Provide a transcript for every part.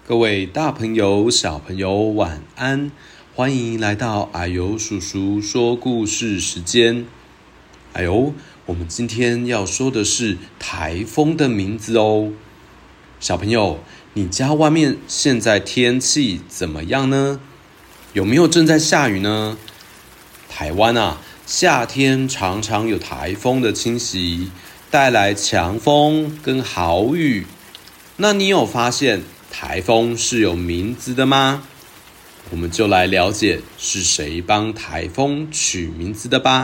各位大朋友、小朋友晚安，欢迎来到啊呦叔叔说故事时间。我们今天要说的是台风的名字哦。小朋友，你家外面现在天气怎么样呢？有没有正在下雨呢？台湾夏天常常有台风的侵袭，带来强风跟豪雨。那你有发现台风是有名字的吗？我们就来了解是谁帮台风取名字的吧。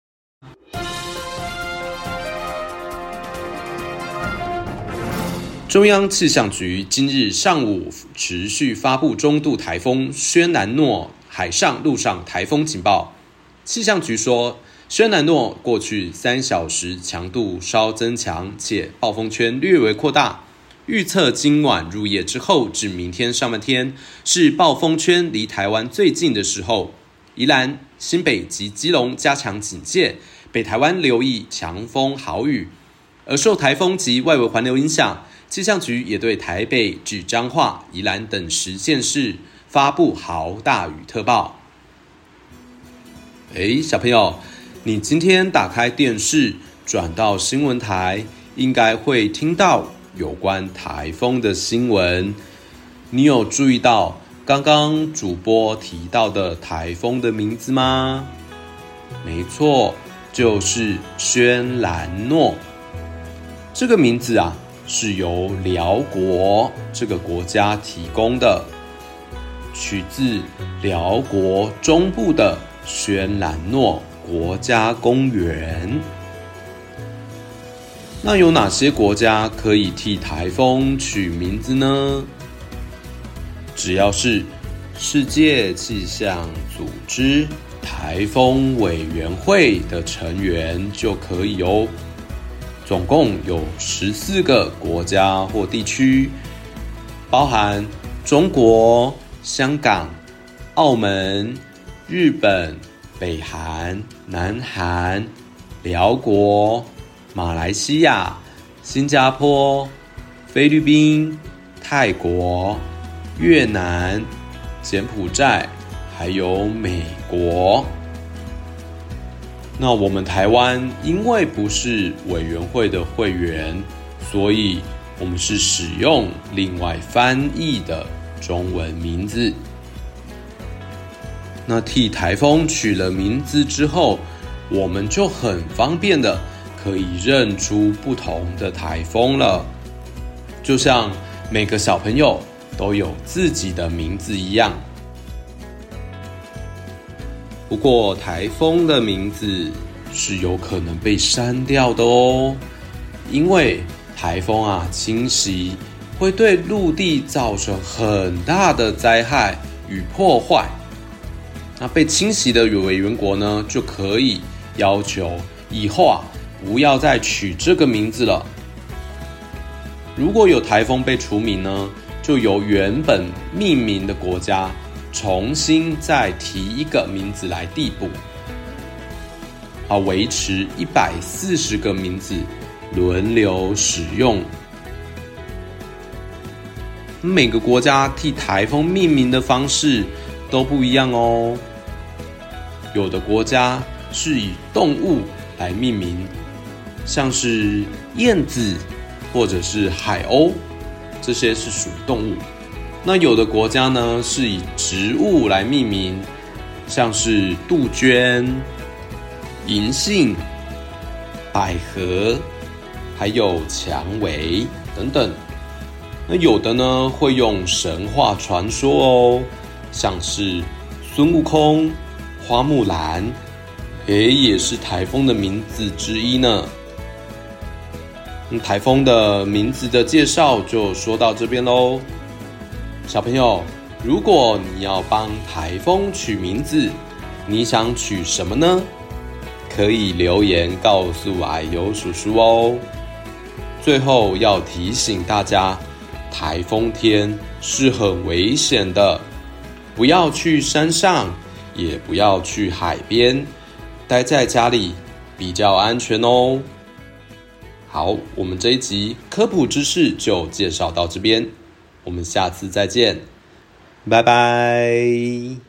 中央气象局今日上午持续发布中度台风轩南诺海上、陆上台风警报。气象局说，轩南诺过去3小时强度稍增强，且暴风圈略微扩大。预测今晚入夜之后至明天上半天是暴风圈离台湾最近的时候，宜兰、新北及基隆加强警戒，北台湾留意强风豪雨。而受台风及外围环流影响，气象局也对台北至彰化、宜兰等10县市发布豪大雨特报。小朋友，你今天打开电视转到新闻台，应该会听到有关台风的新闻。你有注意到刚刚主播提到的台风的名字吗？没错，就是轩兰诺。这个名字是由寮国这个国家提供的，取自寮国中部的轩兰诺国家公园。那有哪些国家可以替台风取名字呢？只要是世界气象组织台风委员会的成员就可以哦。总共有14个国家或地区，包含中国、香港、澳门、日本、北韩、南韩、寮国、马来西亚、新加坡、菲律宾、泰国、越南、柬埔寨，还有美国。那我们台湾因为不是委员会的会员，所以我们是使用另外翻译的中文名字。那替台风取了名字之后，我们就很方便的可以认出不同的台风了，就像每个小朋友都有自己的名字一样。不过台风的名字是有可能被删掉的哦，因为台风侵袭会对陆地造成很大的灾害与破坏。那被侵袭的委员国呢，就可以要求以后不要再取这个名字了。如果有台风被除名呢，就由原本命名的国家重新再提一个名字来递补，维持140个名字轮流使用。每个国家替台风命名的方式都不一样哦。有的国家是以动物来命名，像是燕子或者是海鸥，这些是属于动物。那有的国家呢是以植物来命名，像是杜鹃、银杏、百合，还有蔷薇等等。那有的呢会用神话传说哦，像是孙悟空、花木兰，也是台风的名字之一呢。台风的名字的介绍就说到这边咯。小朋友，如果你要帮台风取名字，你想取什么呢？可以留言告诉啊呦叔叔哦。最后要提醒大家，台风天是很危险的，不要去山上，也不要去海边，待在家里比较安全哦。好，我们这一集科普知识就介绍到这边。 我们下次再见，拜拜。